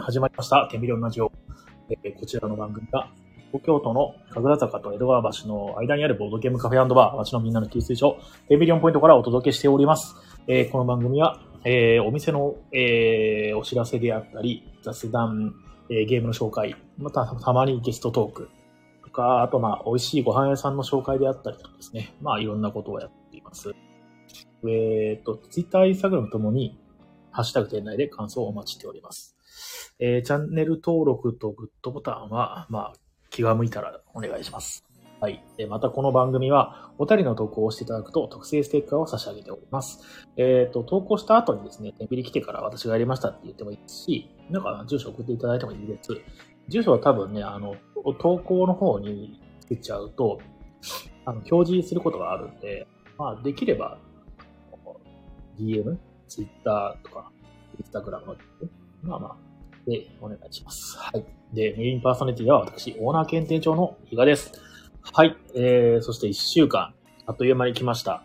始まりました。テンビリオンラジオ。こちらの番組は、東京都の神楽坂と江戸川橋の間にあるボードゲームカフェ&バー、街のみんなの給水所、テンビリオンポイントからお届けしております。この番組は、お店の、お知らせであったり、雑談、ゲームの紹介、またたまにゲストトークとか、あと美味しいご飯屋さんの紹介であったりとかですね。いろんなことをやっています。ツイッター、インスタグラムともに、ハッシュタグ店内で感想をお待ちしております。チャンネル登録とグッドボタンは、気が向いたらお願いします。はい。またこの番組は、お便りの投稿をしていただくと特製ステッカーを差し上げております。投稿した後にですね、テンビリ来てから私がやりましたって言ってもいいですし、住所送っていただいてもいいです。住所は多分ね、投稿の方につけちゃうと、表示することがあるんで、できれば、DM、Twitter とか、Instagram の、で、お願いします。はい。で、メインパーソナリティは私、オーナー兼店長の比嘉です。はい。そして1週間、あっという間に来ました。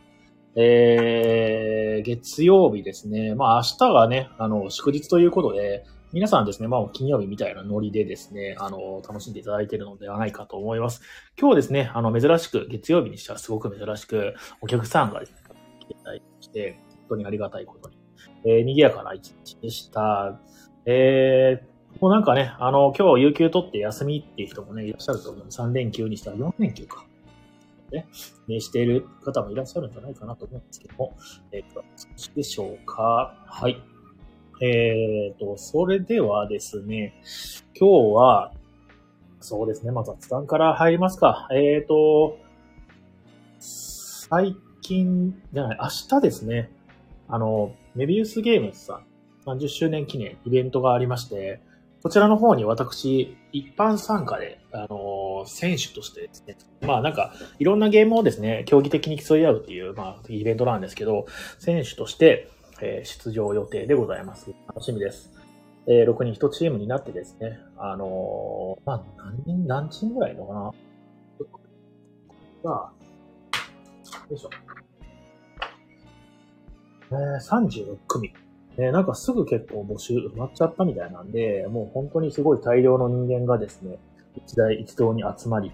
月曜日ですね。明日がね、祝日ということで、皆さんですね、金曜日みたいなノリでですね、楽しんでいただいているのではないかと思います。今日ですね、珍しく、月曜日にしてはすごく珍しく、お客さんがですね、来ていただいて、本当にありがたいことに、賑やかな一日でした。もう今日有給取って休みっていう人もね、いらっしゃると思う。3連休にしたら4連休か。ね、している方もいらっしゃるんじゃないかなと思うんですけども、少しでしょうか。はい。それではですね、今日は、そうですね、雑談から入りますか。最近じゃない、明日ですね、メビウスゲームズさん、30周年記念イベントがありまして、こちらの方に私、一般参加で、選手としてですね、いろんなゲームをですね、競技的に競い合うっていう、イベントなんですけど、選手として、出場予定でございます。楽しみです。6人1チームになってですね、何チームぐらいのかなよいしょ。36組。すぐ結構募集埋まっちゃったみたいなんで、もう本当にすごい大量の人間がですね、一堂に集まり、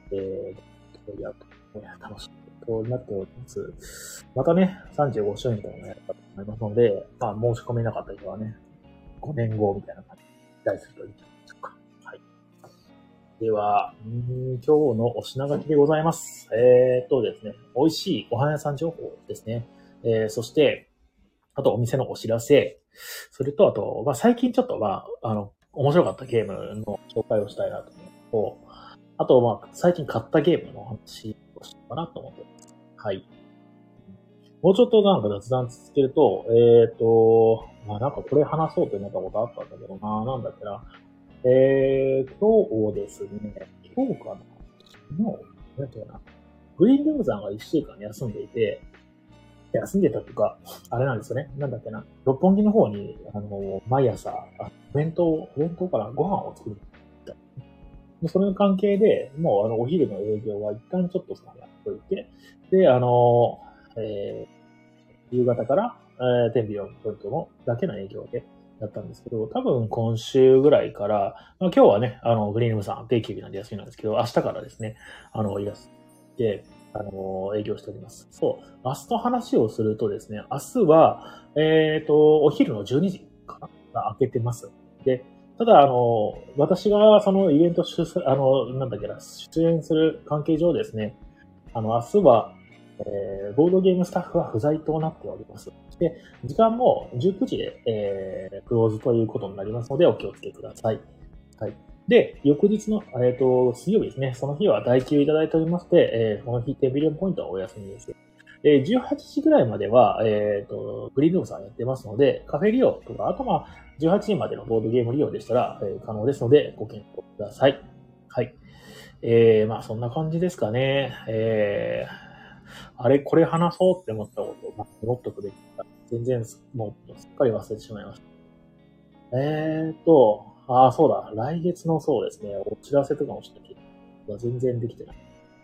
楽しいことになっております。またね、35周年とかもやったと思いますので、申し込めなかった人はね、5年後みたいな感じで期待するといいんじゃないでしょうか。はい。では、今日のお品書きでございます。ですね、美味しいご飯屋さん情報ですね。そして、あとお店のお知らせ、それとあと、最近ちょっと面白かったゲームの紹介をしたいなと思うと、あと最近買ったゲームの話をしようかなと思ってます。はい。もうちょっと雑談続けると、これ話そうと思ったことあったんだけどな、なんだっけな。今日ですね、今日かな昨日、なんていうかな。グリーンルームさんが1週間休んでいて、休んでたとか、あれなんですよね。なんだっけな。六本木の方に、毎朝、お弁当からご飯を作る。それの関係で、もうお昼の営業は一旦ちょっとやっといて、で、夕方から、テンビリオンポイントのだけの営業でやったんですけど、多分今週ぐらいから、今日はね、グリーンルームさん定休日なんで休みなんですけど、明日からですね、いらっしゃって、営業しております。そう。明日の話をするとですね、明日は、お昼の12時から開けてます。で、ただ、私がそのイベント主催、出演する関係上ですね、明日は、ボードゲームスタッフは不在となっております。で、時間も19時で、クローズということになりますので、お気をつけください。はい。で、翌日の、水曜日ですね。その日は代休いただいておりまして、この日テンビリオンポイントはお休みです。18時ぐらいまでは、グリーンルームさんやってますので、カフェ利用とか、あと18時までのボードゲーム利用でしたら、可能ですので、ご検討ください。はい。そんな感じですかね。これ話そうって思ったことを、思っとくべきだ。全然、もう、すっかり忘れてしまいました。そうだ。来月のそうですね、お知らせとかもしたけど、全然できてない。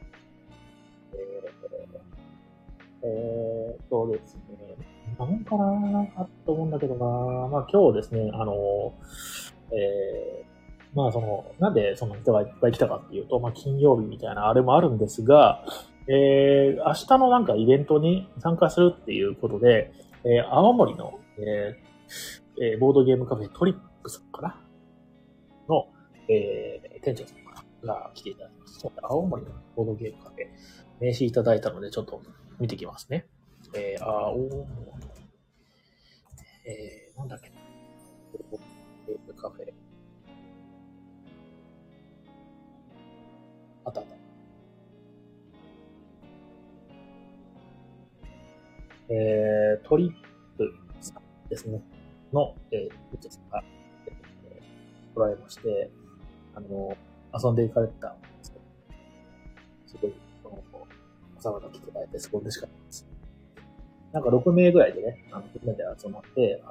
ですね、なもんかなと思うんだけどな今日ですね、 なんでその人がいっぱい来たかっていうと、金曜日みたいなあれもあるんですが、明日のなんかイベントに参加するっていうことで、青森の、ボードゲームカフェトリップさんかなの、店長さんが来ていただきます。青森のボードゲームカフェ、名刺いただいたので、ちょっと見てきますね。青森、なんだっけ、ボードゲームカフェ、あったあった。トリップさんですね、の、店長さんが、来られまして、遊んでいかれてたんですけど、すごい、おさまが来ていただいて、すごい嬉しかったです。なんか6名ぐらいでね、みんなで集まって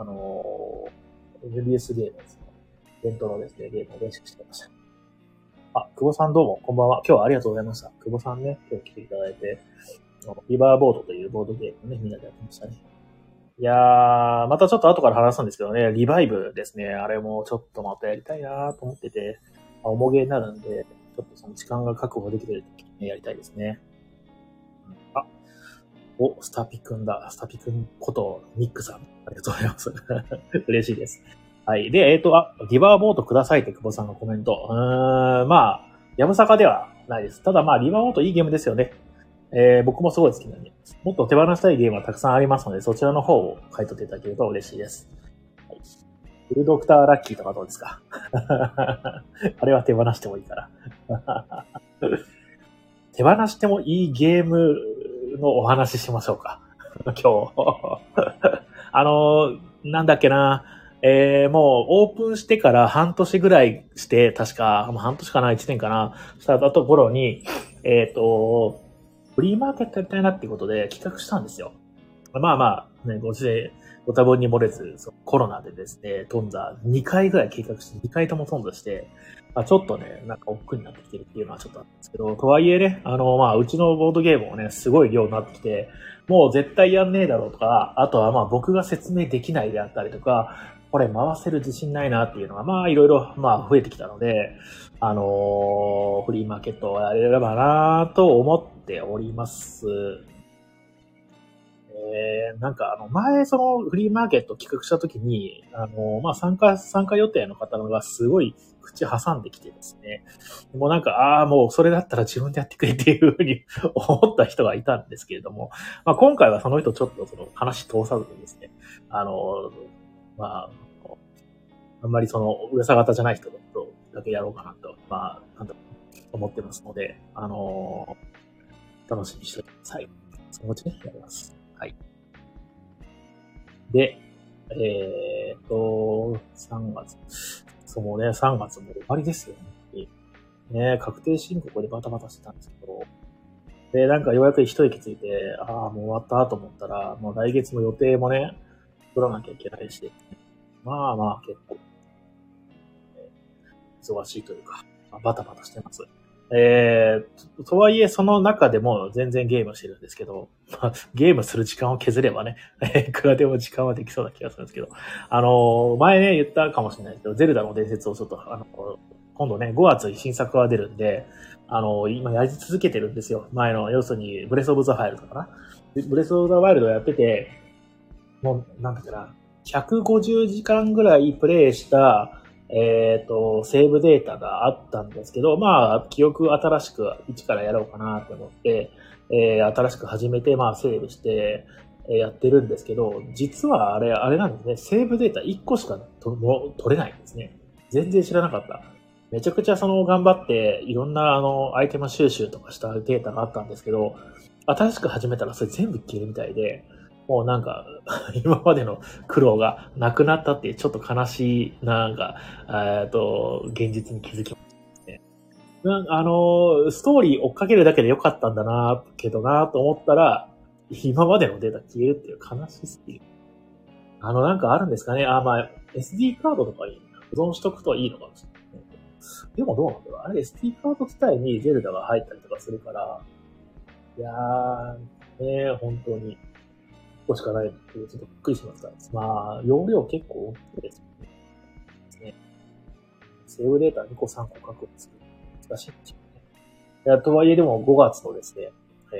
、MBS ゲームですね、イベントのですね、ゲームを練習してました。あ、久保さんどうも、こんばんは。今日はありがとうございました。久保さんね、今日来ていただいて、リバーボードというボードゲームをね、みんなでやってましたね。いやー、またちょっと後から話すんですけどね、リバイブですね。あれもちょっとまたやりたいなと思ってて、重げになるんで、ちょっとその時間が確保できてる時にね、やりたいですね。あ、スタピくんだ。スタピくんことニックさん。ありがとうございます。嬉しいです。はい。で、リバーボードくださいって久保さんのコメント。やぶさかではないです。ただリバーボードいいゲームですよね。僕もすごい好きなんで、もっと手放したいゲームはたくさんありますので、そちらの方を買い取っていただけると嬉しいです。はい、ブルドクターラッキーとかどうですか？あれは手放してもいいから。手放してもいいゲームのお話ししましょうか。今日。なんだっけな。もうオープンしてから半年ぐらいして、確か、もう半年かな、1年かな、したところに、フリーマーケットやりたいなっていうことで企画したんですよ。ね、ご多分に漏れず、コロナでですね、頓挫2回ぐらい計画して、2回とも頓挫して、ちょっとね、なんか億劫になってきてるっていうのはちょっとあるんですけど、とはいえね、うちのボードゲームもね、すごい量になってきて、もう絶対やんねえだろうとか、あとは僕が説明できないであったりとか、これ回せる自信ないなっていうのが、いろいろ、増えてきたので、フリーマーケットをやれればなと思っております。前、そのフリーマーケット企画したときに、参加予定の方がすごい口挟んできてですね、もうなんか、もうそれだったら自分でやってくれっていうふうに思った人がいたんですけれども、今回はその人ちょっとその話通さずにですね、あの、まあ、あんまりその、うるさ型じゃない人とだけやろうかなと、なんと思ってますので、楽しみにしてください。そのうちね、やります。はい。で、3月。そうね、3月も終わりですよね。ね、確定申告でバタバタしてたんですけど、で、なんかようやく一息ついて、もう終わったと思ったら、もう来月の予定もね、取らなきゃいけないし、結構、忙しいというか、バタバタしてます。とはいえ、その中でも全然ゲームしてるんですけど、ゲームする時間を削ればね、いくらでも時間はできそうな気がするんですけど、前ね、言ったかもしれないですけど、ゼルダの伝説をちょっと、今度ね、5月に新作が出るんで、今やり続けてるんですよ。前の、要するに、ブレスオブザファイルドかな。ブレスオブザワイルドをやってて、もう、なんだっけな、150時間ぐらいプレイした、セーブデータがあったんですけど、記憶新しく一からやろうかなと思って、新しく始めて、セーブして、やってるんですけど、実はあれなんですね。セーブデータ1個しか取れないんですね。全然知らなかった。めちゃくちゃ頑張って、いろんなアイテム収集とかしたデータがあったんですけど、新しく始めたらそれ全部消えるみたいで、もうなんか、今までの苦労がなくなったっていうちょっと悲しい、現実に気づきましたね。ストーリー追っかけるだけでよかったんだな、けどな、と思ったら、今までのデータ消えるっていう悲しすぎる。なんかあるんですかね。SD カードとかに保存しとくといいのかもしれない。でもどうなんだろう。あれ SD カード自体にゼルダが入ったりとかするから、いや本当に。個しかないってちょっとびっくりしました。容量結構大きいですね。 セーブデータ2個3個確保する。難しいんですよね。とはいえでも5月のですね、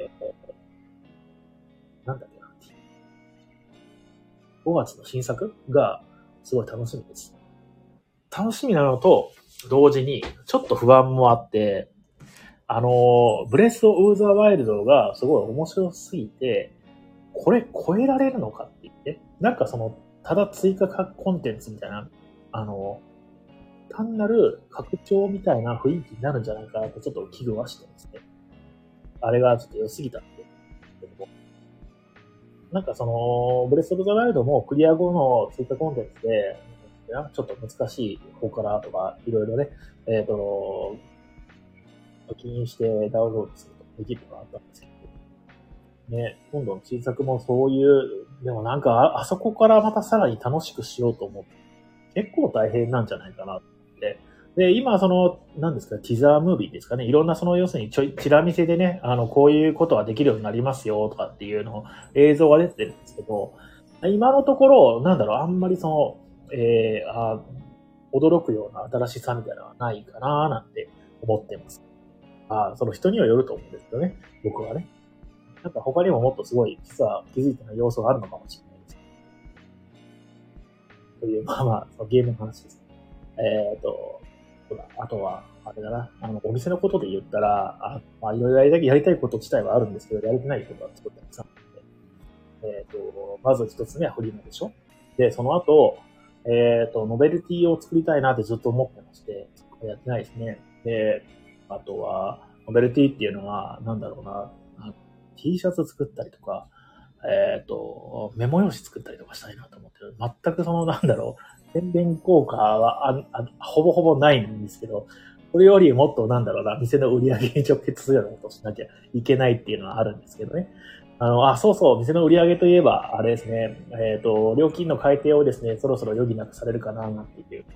なんだっけな。5月の新作がすごい楽しみです。楽しみなのと同時にちょっと不安もあって、ブレスオブザワイルドがすごい面白すぎて、これ超えられるのかって言って、なんかただ追加コンテンツみたいな、単なる拡張みたいな雰囲気になるんじゃないかなとちょっと危惧はしてますね。あれがちょっと良すぎたんで。なんかブレスオブザワイルドもクリア後の追加コンテンツで、ちょっと難しい方からとか、いろいろね、課金してダウンロードするとできるのがあったんですけど、ね、今度の新作もそういう、でもなんかあそこからまたさらに楽しくしようと思って、結構大変なんじゃないかなって。で、今何ですか、ティザームービーですかね、いろんな要するにチラ見せでね、こういうことはできるようになりますよとかっていうの映像が出てるんですけど、今のところ、あんまり驚くような新しさみたいなのはないかななんて思ってます。その人にはよると思うんですけどね、僕はね。なんか他にももっとすごい、実は気づいてない要素があるのかもしれないです。という、ゲームの話です。あとは、あれだな、お店のことで言ったら、いろいろやりたいこと自体はあるんですけど、やれてないことはすごいたくさんあって、まず一つ目はフリマでしょ。で、その後、ノベルティを作りたいなってずっと思ってまして、やってないですね。で、あとは、ノベルティっていうのは、T シャツ作ったりとか、メモ用紙作ったりとかしたいなと思ってる。全く宣伝効果はほぼほぼないんですけど、これよりもっと店の売り上げに直結するようなことをしなきゃいけないっていうのはあるんですけどね。そうそう、店の売り上げといえば、あれですね、料金の改定をですね、そろそろ余儀なくされるかな、なんていう、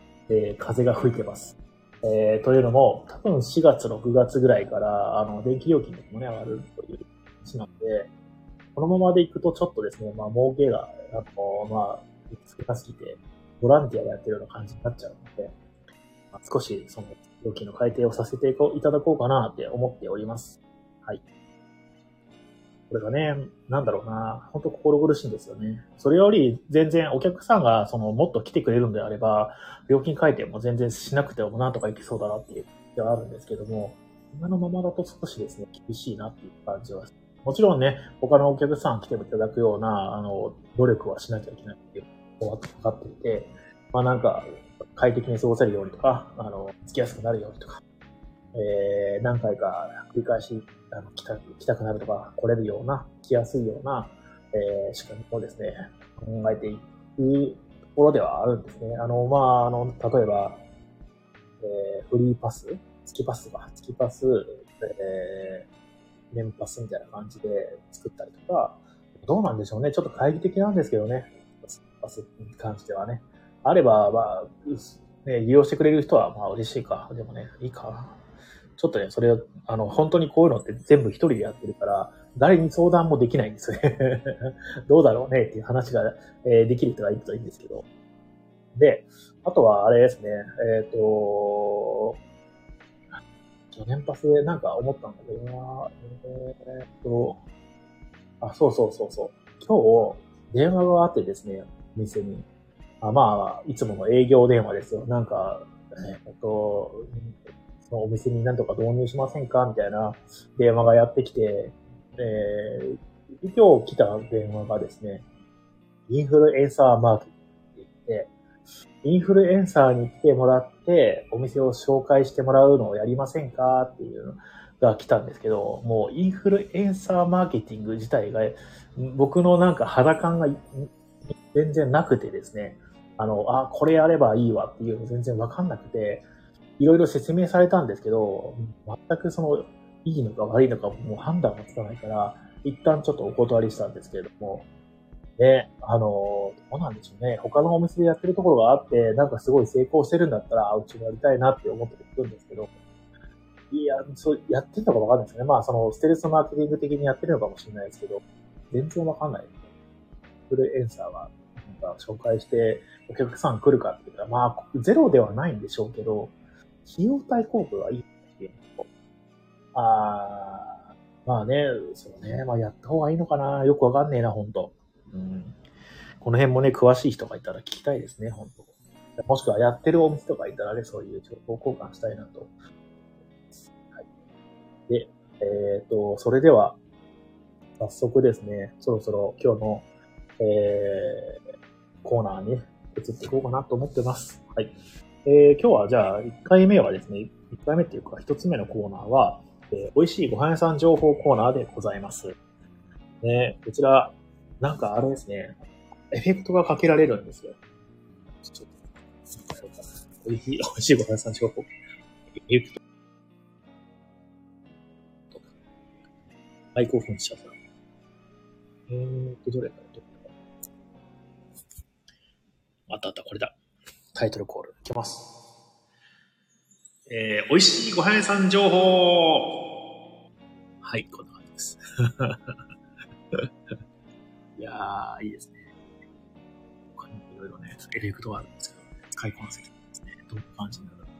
風が吹いてます。というのも、多分4月、6月ぐらいから、電気料金とかもね、上がるという話なので、このままでいくとちょっとですね、儲けが、少なすぎて、ボランティアでやってるような感じになっちゃうので、少し料金の改定をさせていただこうかなって思っております。はい。これがね、本当心苦しいんですよね。それより全然お客さんがもっと来てくれるんであれば、料金改定も全然しなくてもなんとかいけそうだなっていう気はあるんですけども、今のままだと少しですね、厳しいなっていう感じは。もちろんね、他のお客さん来てもいただくような、努力はしなきゃいけないっていうのは分かっていて、快適に過ごせるようにとか、つきやすくなるようにとか、何回か繰り返し来たくなるとか、来れるような、来やすいような、仕組みをですね、考えていくところではあるんですね。例えば、フリーパス、月パス、年パスみたいな感じで作ったりとか、どうなんでしょうね。ちょっと懐疑的なんですけどね。パスに関してはね。あれば、利用してくれる人は、嬉しいか。でもね、いいかな。ちょっとね、それを、本当にこういうのって全部一人でやってるから、誰に相談もできないんですよね。どうだろうねっていう話が、できる人がいるといいんですけど。で、あとはあれですね、年パスで思ったんだけどな、そうそうそうそう。今日、電話があってですね、店に。いつもの営業電話ですよ。そのお店に何とか導入しませんかみたいな電話がやってきて、今日来た電話がですね、インフルエンサーマーケティングって言って、インフルエンサーに来てもらって、お店を紹介してもらうのをやりませんかっていうのが来たんですけど、もうインフルエンサーマーケティング自体が、僕の肌感が全然なくてですね、これやればいいわっていうの全然わかんなくて、いろいろ説明されたんですけど、全くいいのか悪いのかもう判断がつかないから、一旦ちょっとお断りしたんですけれども、ね、どうなんでしょうね。他のお店でやってるところがあって、すごい成功してるんだったら、うちもやりたいなって思ってるんですけど、いや、やってるのかわかんないですね。ステルスマーケティング的にやってるのかもしれないですけど、全然わかんない。インフルエンサーは、紹介してお客さん来るかって言ったら、ゼロではないんでしょうけど、 費用対効果がいいっていうのと、まあね、そうね、まあやった方がいいのかな。よくわかんねえな、ほんと。うん。この辺もね、詳しい人がいたら聞きたいですね、ほんと。もしくはやってるお店とかいたらね、そういう情報交換したいなと。はい。で、それでは、早速ですね、そろそろ今日の、コーナーに移っていこうかなと思ってます。はい。今日はじゃあ、1回目はですね、1回目っていうか、1つ目のコーナーは、美味しいご飯屋さん情報コーナーでございます。ね、こちら、なんかあれですね、エフェクトがかけられるんですよ。ちょっと、美味しいご飯屋さん情報。エフェクトとか、マイクオフにしちゃった。どれだろう。あったあった、これだ。タイトルコール。いきます。美味しいご飯屋さん情報。はい、こんな感じです。いやー、いいですね。他にもいろいろね、エフェクトがあるんですけど、使いこなせてですね、どんな感じになるのか。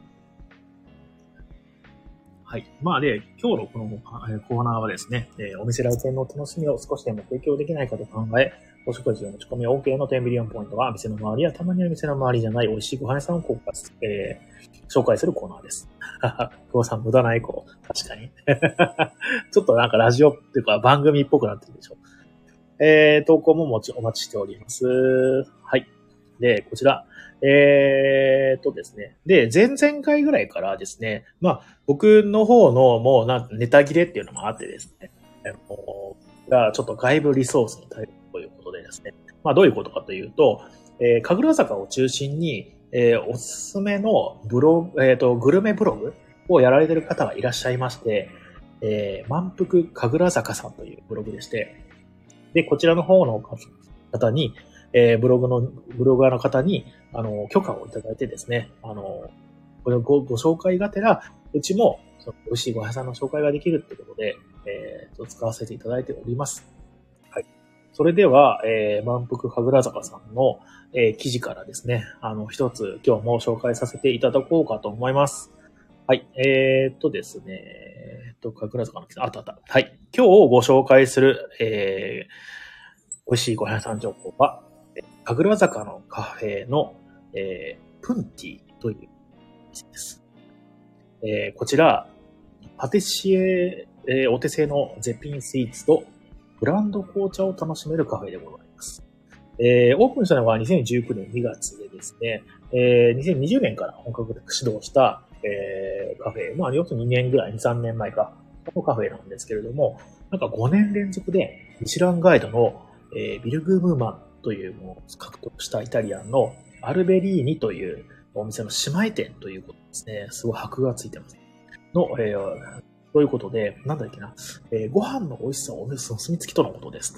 はい。まあで、今日のこのコーナーはですね、お店来店の楽しみを少しでも提供できないかと考え、お食事を持ち込み OK の10ビリオンポイントは、店の周りやたまには店の周りじゃない美味しいご飯屋さんを紹介するコーナーです。久保さん、無駄なエコー。確かに。ちょっとなんかラジオっていうか番組っぽくなってるでしょ。投稿もお待ちしております。はい。で、こちら。ですね。で、前々回ぐらいからですね、まあ、僕の方のもうネタ切れっていうのもあってですね、がちょっと外部リソースに頼るということでですね、まあ、どういうことかというと、神楽坂を中心に、おすすめのグルメブログをやられている方がいらっしゃいまして、満腹神楽坂さんというブログでして、で、こちらの方の方に、ブロガーの方に、許可をいただいてですね、これをご紹介がてら、うちも、美味しいご飯屋さんの紹介ができるってことで、使わせていただいております。はい。それでは、満腹神楽坂さんの、記事からですね、一つ今日も紹介させていただこうかと思います。はい。ですね、神楽坂の記事、あったあった。はい。今日ご紹介する、美味しいご飯屋さん情報は、神楽坂のカフェの、プンティという店です。こちら、パティシエ、お手製の絶品スイーツとブランド紅茶を楽しめるカフェでございます。オープンしたのが2019年2月でですね、2020年から本格的始動した、カフェ、まあ、要するに2年ぐらい、2、3年前か、のカフェなんですけれども、なんか5年連続でミシュランガイドの、ビルグームーマンというのを獲得したイタリアンのアルベリーニというお店の姉妹店ということですね。すごい箔がついてます。の、ということで、なんだっけな、ご飯の美味しさをお墨付きとのことです。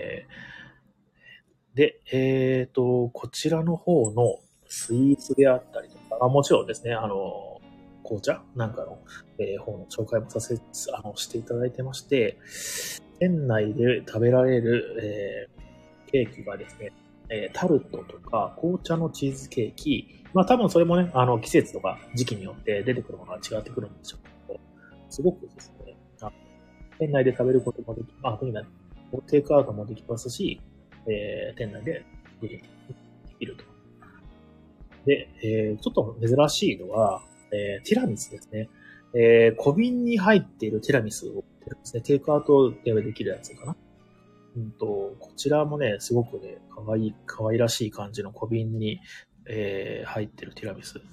で、こちらの方のスイーツであったりとか、もちろんですね、紅茶なんかの、方の紹介もしていただいてまして、店内で食べられる、ケーキがですね、タルトとか紅茶のチーズケーキ、まあ多分それもね、季節とか時期によって出てくるものが違ってくるんでしょうけど、すごくですね、店内で食べることもでき、まあ、テイクアウトもできますし、店内でできると。で、ちょっと珍しいのは、ティラミスですね。小瓶に入っているティラミスをですね、テイクアウトでできるやつかな。こちらもね、すごくね、可愛らしい感じの小瓶に、入っているティラミス。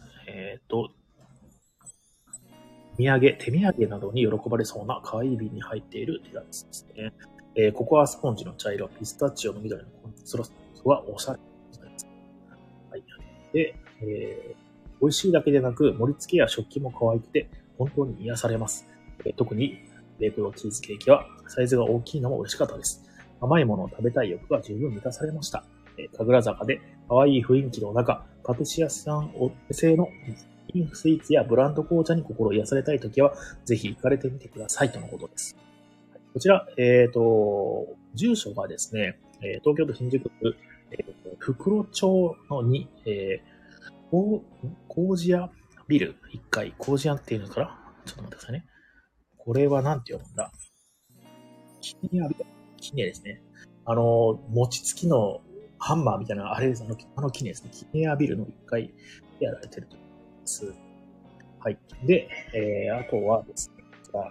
手土産などに喜ばれそうな可愛い瓶に入っているティラミスですね。ココアスポンジの茶色、ピスタチオの緑のコントラストはおしゃれでございます。はい。で、美味しいだけでなく、盛り付けや食器も可愛くて、本当に癒されます。特に、ベークドチーズケーキは、サイズが大きいのも嬉しかったです。甘いものを食べたい欲が十分満たされました。神楽坂で可愛い雰囲気の中、パティシエさんお手製のスイーツやブランド紅茶に心癒されたいときは、ぜひ行かれてみてくださいとのことです。こちら、住所がですね、東京都新宿区、袋町の2、麹屋ビル1階、工事案っていうのかな、ちょっと待ってくださいね。これはなんて読むんだ。キネアビル。キネですね。餅つきのハンマーみたいな、あれです。キネですね。キネアビルの1階でやられてると思います。はい。で、あとはですね、こちら、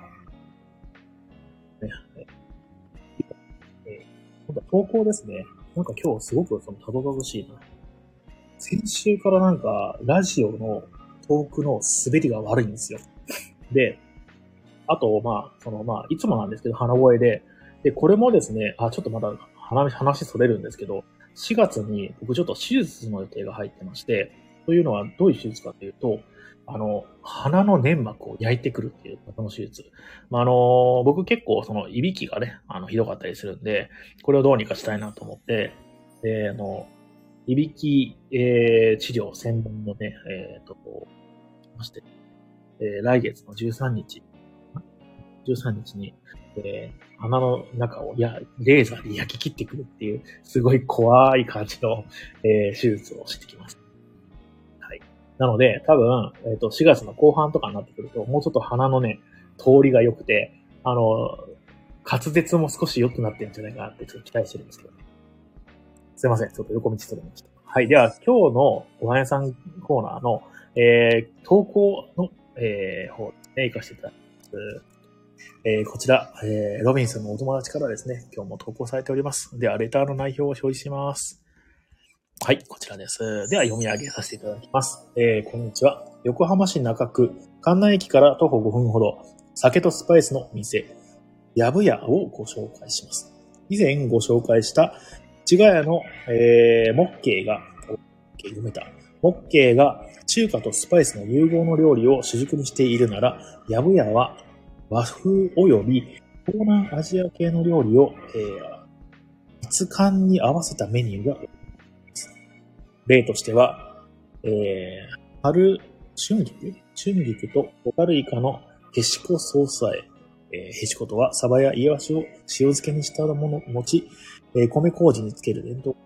ね、今度は投稿ですね。なんか今日すごくたどたどしいな。先週からなんか、ラジオのトークの滑りが悪いんですよ。で、あと、いつもなんですけど、鼻声で、これもですね、ちょっとまだ話それるんですけど、4月に僕ちょっと手術の予定が入ってまして、というのはどういう手術かというと、鼻の粘膜を焼いてくるっていう、この手術。僕結構いびきがね、ひどかったりするんで、これをどうにかしたいなと思って、で、いびき、治療専門のね、まして、来月の13日に、鼻の中をレーザーで焼き切ってくるっていう、すごい怖い感じの、手術をしてきます。はい。なので、多分、4月の後半とかになってくると、もうちょっと鼻のね、通りが良くて、滑舌も少し良くなってるんじゃないかなってちょっと期待してるんですけどね。すいません。ちょっと横道それました。はい。では、今日のごはん屋さんコーナーの、投稿の、方ですね、行かせていただきます。こちら、ロビンさんのお友達からですね、今日も投稿されております。では、レターの内容を表示します。はい、こちらです。では、読み上げさせていただきます。こんにちは。横浜市中区、関内駅から徒歩5分ほど、酒とスパイスの店、やぶやをご紹介します。以前ご紹介した、市ヶ谷の、モッケーが中華とスパイスの融合の料理を主軸にしているなら、やぶやは和風及び東南アジア系の料理を、熱燗に合わせたメニューがあります。例としては、春春菊とホタルイカのへしこソース和え。へしことはサバやイワシを塩漬けにしたもの後、米麹につける伝統です。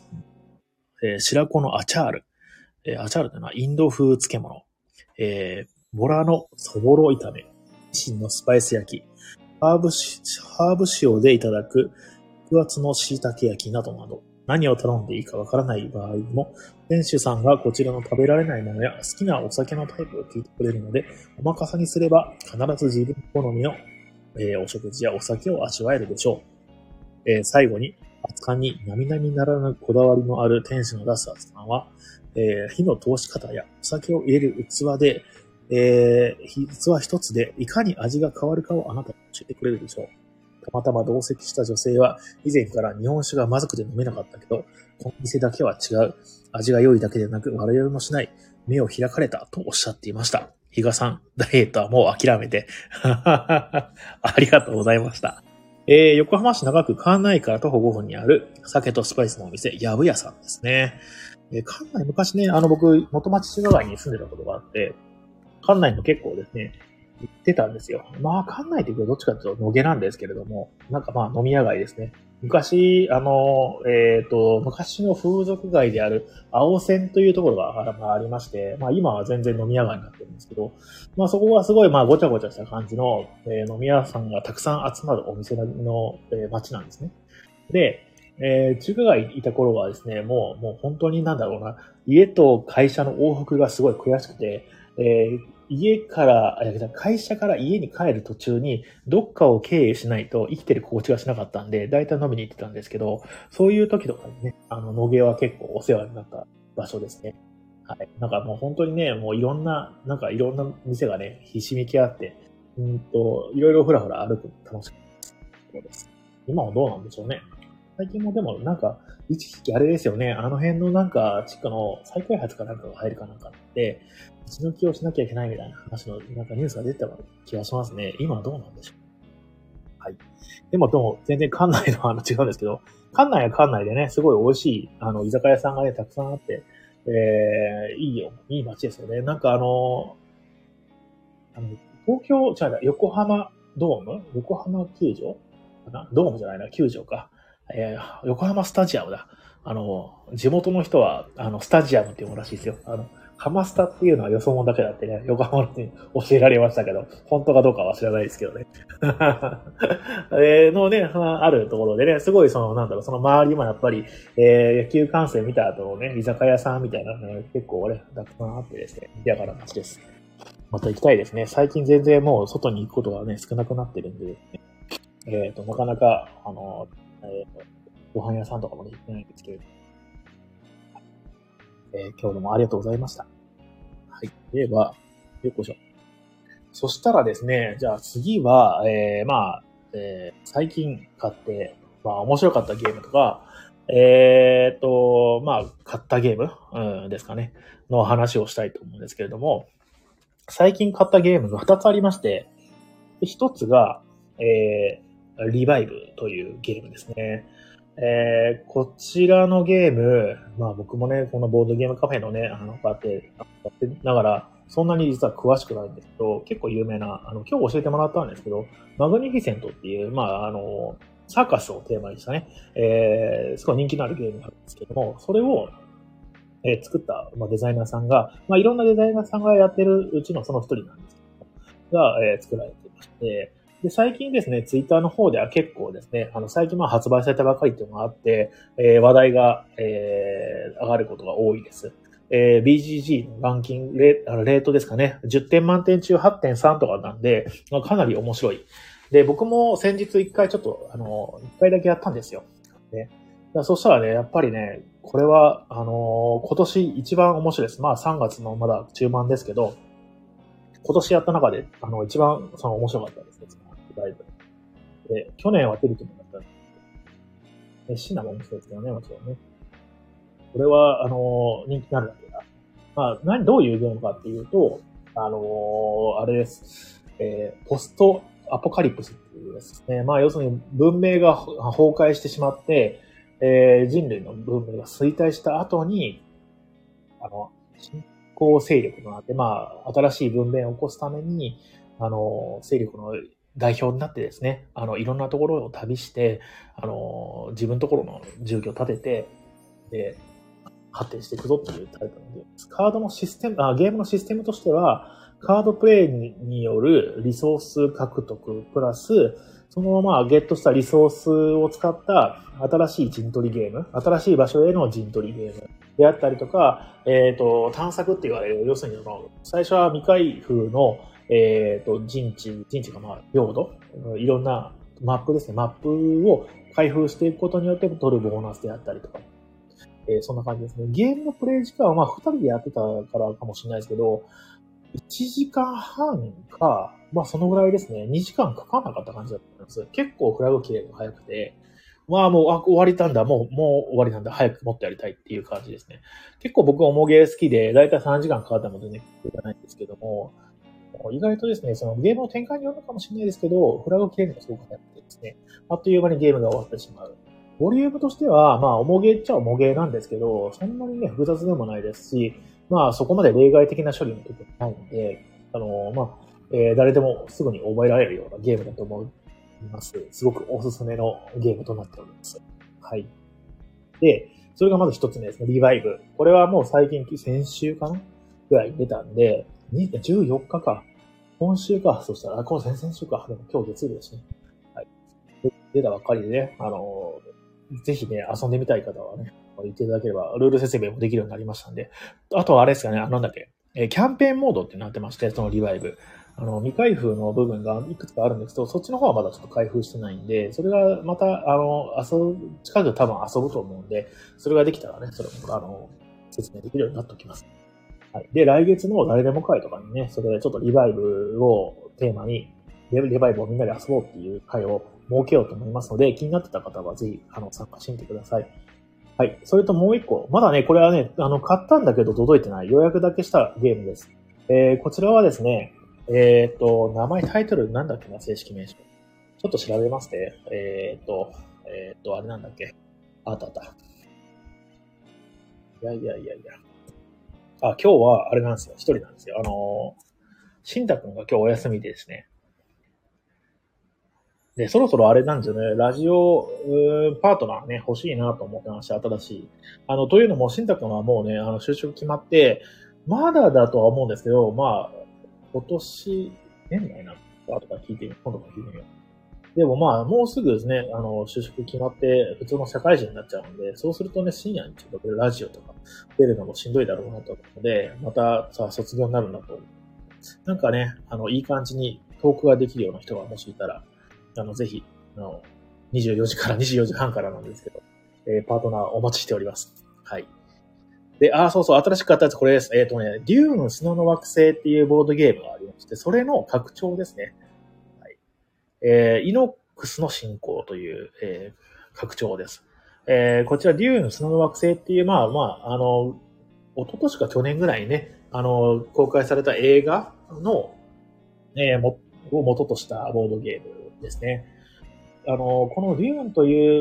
白子のアチャール。アチャールというのはインド風漬物。ボラのそぼろ炒め。ニシンのスパイス焼き。ハーブ塩でいただく肉厚の椎茸焼きなどなど、何を頼んでいいかわからない場合も、店主さんがこちらの食べられないものや好きなお酒のタイプを聞いてくれるので、お任せにすれば必ず自分好みの、お食事やお酒を味わえるでしょう。最後に、熱燗に並々ならぬこだわりのある店主の出す熱燗は、火の通し方やお酒を入れる器で、器一つでいかに味が変わるかをあなたに教えてくれるでしょう。たまたま同席した女性は以前から日本酒がまずくて飲めなかったけど、この店だけは違う。味が良いだけでなく悪酔いもしない。目を開かれたとおっしゃっていました。比嘉さん、ダイエットはもう諦めて。ありがとうございました。横浜市中区関内から徒歩5分にある酒とスパイスのお店、やぶやさんですね。関内昔ね、僕、元町市街に住んでたことがあって、関内も結構ですね、行ってたんですよ。関内っていうとどっちかというと野毛なんですけれども、飲み屋街ですね。昔、昔の風俗街である青線というところがありまして、今は全然飲み屋街になってるんですけど、そこがすごいごちゃごちゃした感じの、飲み屋さんがたくさん集まるお店の、街なんですね。で、中華街いた頃はですね、もう本当に家と会社の往復がすごい悔しくて、会社から家に帰る途中に、どっかを経由しないと生きてる心地がしなかったんで、だいたい飲みに行ってたんですけど、そういう時とかにね、野毛は結構お世話になった場所ですね。はい。もう本当にね、もういろんな店がね、ひしめき合って、いろいろふらふら歩くの楽しかったです。今はどうなんでしょうね。最近もでも一時期あれですよね、あの辺の地区の再開発かが入るかって、立ち退きをしなきゃいけないみたいな話のニュースが出てた気がしますね。今はどうなんでしょう。はい。でも全然館内の違うんですけど、館内は館内でね、すごい美味しい、居酒屋さんがね、たくさんあって、いい街ですよね。横浜ドーム横浜球場かなドームじゃないな、球場か。横浜スタジアムだ。地元の人は、スタジアムって読むらしいですよ。 ハマスタっていうのはよそ者だけだってね、横浜に教えられましたけど、本当かどうかは知らないですけどね。のね、あるところでね、すごいその、その周りもやっぱり、野球観戦見た後ね、居酒屋さんみたいなのが結構ね、たくさんあってですね、賑やかな街です。また行きたいですね。最近全然もう外に行くことがね、少なくなってるんで、なかなか、ご飯屋さんとかもで行ってないんですけれど、今日もありがとうございました。はい。では、よっこいしょ。そしたらですね、じゃあ次は、最近買って、面白かったゲームとか、買ったゲーム、ですかね、の話をしたいと思うんですけれども、最近買ったゲームが2つありまして、1つが、リバイブというゲームですね。こちらのゲーム、僕もね、このボードゲームカフェのね、こうやってやってながら、そんなに実は詳しくないんですけど、結構有名な、今日教えてもらったんですけど、マグニフィセントっていう、サーカスをテーマにしたね、すごい人気のあるゲームがあるんですけども、それを、作った、デザイナーさんが、いろんなデザイナーさんがやってるうちのその一人なんですけどが、作られていまして、で、最近ですね、ツイッターの方では結構ですね、最近発売されたばかりっていうのがあって、話題が、上がることが多いです。BGG のランキング、レートですかね、10点満点中8.3とかなんで、かなり面白い。で、僕も先日一回ちょっと、一回だけやったんですよ。ね、そしたらね、やっぱりね、これは、今年一番面白いです。3月のまだ中盤ですけど、今年やった中で、一番その面白かったですね。だいぶ。で、去年はテルトもだったんですけど、シナも面白いですけどね、もちろんね。これは、人気になるだけだ。どういうゲームかっていうと、あれです。ポストアポカリプスっていうやつですね。要するに文明が崩壊してしまって、人類の文明が衰退した後に、新興勢力となって、新しい文明を起こすために、勢力の代表になってですね、いろんなところを旅して、自分のところの住居を建てて、で、発展していくぞっていうタイプのゲームです。カードのシステム、ゲームのシステムとしては、カードプレイによるリソース獲得プラス、そのゲットしたリソースを使った新しい陣取りゲーム、新しい場所への陣取りゲームであったりとか、探索って言われる、要するに最初は未開封の、陣地が領土、いろんなマップですね、マップを開封していくことによって取るボーナスであったりとか、そんな感じですね。ゲームのプレイ時間は2人でやってたからかもしれないですけど、1時間半か、そのぐらいですね。2時間かかんなかった感じだったんです。結構フラグ切れが早くて、もう、終わりたんだ、もう終わりなんだ、早くもっとやりたいっていう感じですね。結構僕は重ゲー好きで、だいたい3時間かかったのでね、じゃないんですけども、意外とですね、そのゲームの展開によるのかもしれないですけど、フラグ切れるのがすごく早くてですね、あっという間にゲームが終わってしまう。ボリュームとしては、重ゲーっちゃ重ゲーなんですけど、そんなにね、複雑でもないですし、そこまで例外的な処理も特にないので、誰でもすぐに覚えられるようなゲームだと思います。すごくおすすめのゲームとなっております。はい。で、それがまず一つ目ですね、リバイブ。これはもう最近、先週かなぐらい出たんで、14日か。今週か。そしたら、今先々週か。でも今日月曜日ですね。はい。出たばっかりでね、ぜひね、遊んでみたい方はね、言っていただければ、ルール説明もできるようになりましたんで。あとはあれですかね、キャンペーンモードってなってまして、そのリバイブ。未開封の部分がいくつかあるんですけど、そっちの方はまだちょっと開封してないんで、それがまた、近く多分遊ぶと思うんで、それができたらね、それも、説明できるようになっておきます。はい。で、来月の誰でも会とかにね、それでちょっとリバイブをテーマに、リバイブをみんなで遊ぼうっていう会を設けようと思いますので、気になってた方はぜひ、参加してみてください。はい。それともう一個。まだね、これはね、買ったんだけど届いてない。予約だけしたゲームです。こちらはですね、名前、タイトルなんだっけな、正式名称。ちょっと調べますね。あれなんだっけ。あった。いや。今日は、あれなんですよ。一人なんですよ。しんたくんが今日お休みでですね。で、そろそろあれなんですよね。ラジオ、パートナーね、欲しいなと思ってまして、新しい。というのも、しんたくんはもうね、就職決まって、 まだだとは思うんですけど、まあ、今年、年内なのかとか聞いてみ、今度から聞いてみよう。でもまあ、もうすぐですね、就職決まって、普通の社会人になっちゃうんで、そうするとね、深夜にちょっとラジオとか出るのもしんどいだろうなと思うので、またさ、卒業になるんだと。なんかね、いい感じにトークができるような人がもしいたら、ぜひ、24時から24時半からなんですけど、パートナーお待ちしております。はい。で、そうそう、新しく買ったやつこれです。デューン砂の惑星っていうボードゲームがありまして、それの拡張ですね。はい。イノックスの進行という、拡張です。こちら、デューン砂の惑星っていう、一昨年か去年ぐらいにね、公開された映画の、を元としたボードゲームですね。このデューンという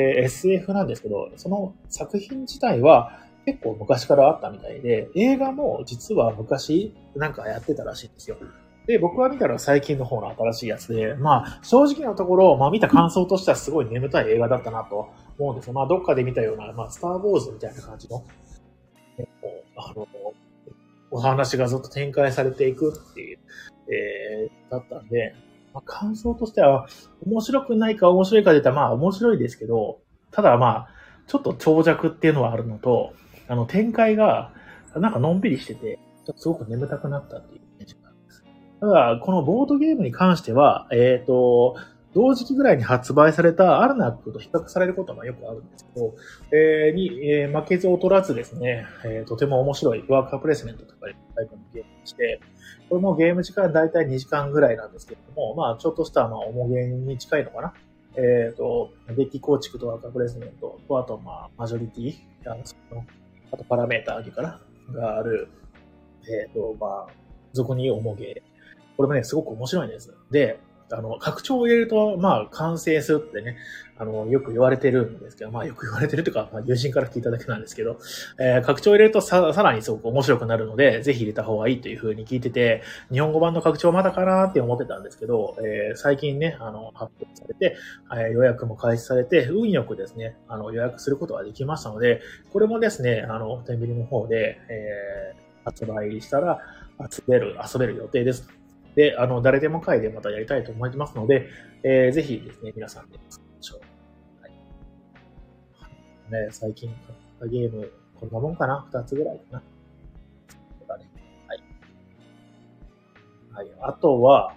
、SF なんですけど、その作品自体は結構昔からあったみたいで、映画も実は昔なんかやってたらしいんですよ。で、僕は見たら最近の方の新しいやつで、まあ、正直なところ、まあ見た感想としてはすごい眠たい映画だったなと思うんですよ。まあ、どっかで見たような、まあ、スターウォーズみたいな感じの、あの、お話がずっと展開されていくっていう、だったんで、まあ、感想としては、面白くないか面白いかで言ったら、まあ面白いですけど、ただまあ、ちょっと長尺っていうのはあるのと、展開が、なんかのんびりしてて、ちょっとすごく眠たくなったっていうイメージがあるんです。ただ、このボードゲームに関しては、同時期ぐらいに発売されたアルナックと比較されることもよくあるんですけど、負けず劣らずですね、とても面白いワーカープレイスメントとかいうタイプのゲームでして、これもゲーム時間だいたい2時間ぐらいなんですけれども、まあちょっとしたまあ重ゲーに近いのかな。デッキ構築とワーカープレイスメントと、あとまあマジョリティ、あとパラメーターかながある、まあ、俗に言う重ゲー。これもね、すごく面白いんです。で、拡張を入れると、まあ、完成するってね、よく言われてるんですけど、まあ、よく言われてるというか、まあ、友人から聞いただけなんですけど、拡張を入れるとさらにすごく面白くなるので、ぜひ入れた方がいいというふうに聞いてて、日本語版の拡張まだかなって思ってたんですけど、最近ね、発表されて、予約も開始されて、運よくですね、予約することができましたので、これもですね、天秤の方で、発売したら、遊べる予定です。で、誰でも会でまたやりたいと思いますので、ぜひですね、皆さんで作りましょう。はい。ね、最近買ったゲーム、こんなもんかな ?2 つぐらいかな。とかね。はい。はい。あとは、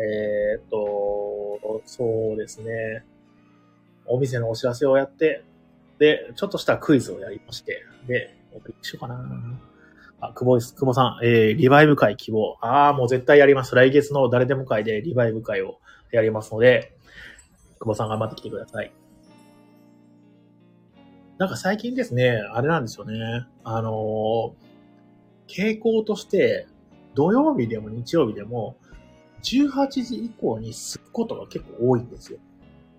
そうですね。お店のお知らせをやって、で、ちょっとしたクイズをやりまして、で、お送りしようかな。久保さん、リバイブ会希望。もう絶対やります。来月の誰でも会でリバイブ会をやりますので、久保さん頑張ってきてください。なんか最近ですね、あれなんですよね。傾向として、土曜日でも日曜日でも、18時以降にすくことが結構多いんですよ。